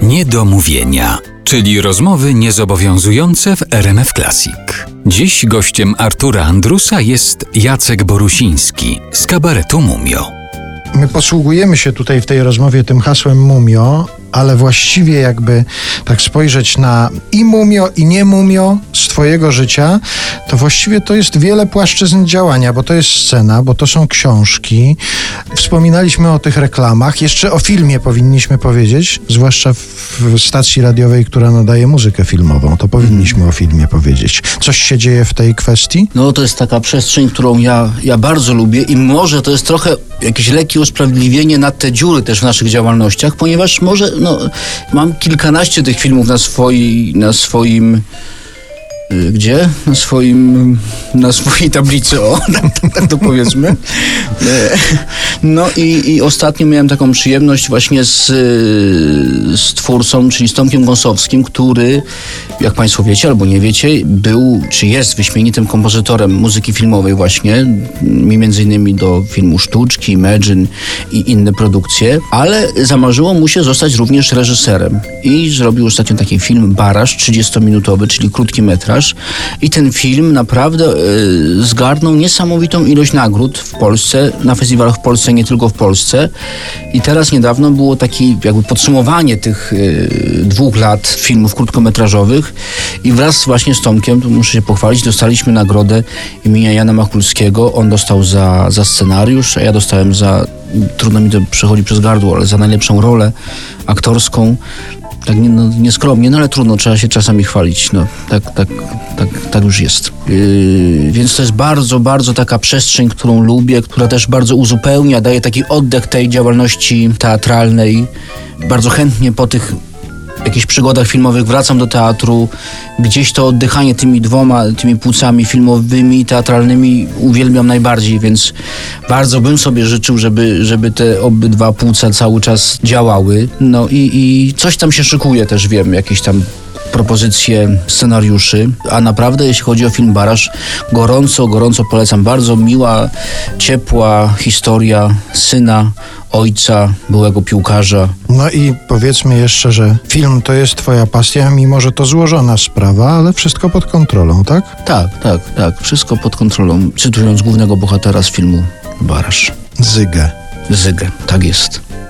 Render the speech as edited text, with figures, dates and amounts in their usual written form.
Niedomówienia, czyli rozmowy niezobowiązujące w RMF Classic. Dziś gościem Artura Andrusa jest Jacek Borusiński z kabaretu Mumio. My posługujemy się tutaj w tej rozmowie tym hasłem Mumio, ale właściwie jakby tak spojrzeć na i Mumio, i nie Mumio z twojego życia, to właściwie to jest wiele płaszczyzn działania, bo to jest scena, bo to są książki. Wspominaliśmy o tych reklamach. Jeszcze o filmie powinniśmy powiedzieć, zwłaszcza w stacji radiowej, która nadaje muzykę filmową. To powinniśmy o filmie powiedzieć. Coś się dzieje w tej kwestii? No to jest taka przestrzeń, którą ja bardzo lubię i może to jest trochę jakieś lekkie usprawiedliwienie na te dziury też w naszych działalnościach, ponieważ mam kilkanaście tych filmów na swoim gdzie? Na swojej tablicy, tak to powiedzmy. No i ostatnio miałem taką przyjemność właśnie z twórcą, czyli z Tomkiem Gąsowskim, który, jak Państwo wiecie albo nie wiecie, był, czy jest wyśmienitym kompozytorem muzyki filmowej właśnie, między innymi do filmu Sztuczki, Imagine i inne produkcje, ale zamarzyło mu się zostać również reżyserem i zrobił ostatnio taki film Baraż, 30-minutowy, czyli krótki metraż. I ten film naprawdę zgarnął niesamowitą ilość nagród w Polsce, na festiwalach w Polsce, nie tylko w Polsce. I teraz niedawno było takie jakby podsumowanie tych 2 lat filmów krótkometrażowych i wraz właśnie z Tomkiem, tu muszę się pochwalić, dostaliśmy nagrodę imienia Jana Machulskiego. On dostał za scenariusz, a ja dostałem trudno mi to przechodzi przez gardło, ale za najlepszą rolę aktorską. Tak nieskromnie, ale trudno, trzeba się czasami chwalić. Tak już jest. Więc to jest bardzo, bardzo taka przestrzeń, którą lubię, która też bardzo uzupełnia, daje taki oddech tej działalności teatralnej. Bardzo chętnie po tych jakichś przygodach filmowych wracam do teatru. Gdzieś to oddychanie tymi płucami filmowymi, teatralnymi uwielbiam najbardziej, więc bardzo bym sobie życzył, żeby te obydwa płuca cały czas działały. No i coś tam się szykuje też, wiem, jakieś tam propozycje scenariuszy, a naprawdę jeśli chodzi o film Baraż, gorąco polecam. Bardzo miła, ciepła historia syna, ojca, byłego piłkarza. No i powiedzmy jeszcze, że film to jest twoja pasja, mimo że to złożona sprawa, ale wszystko pod kontrolą, tak? Tak. Wszystko pod kontrolą. Cytując głównego bohatera z filmu Baraż. Zygę, tak jest.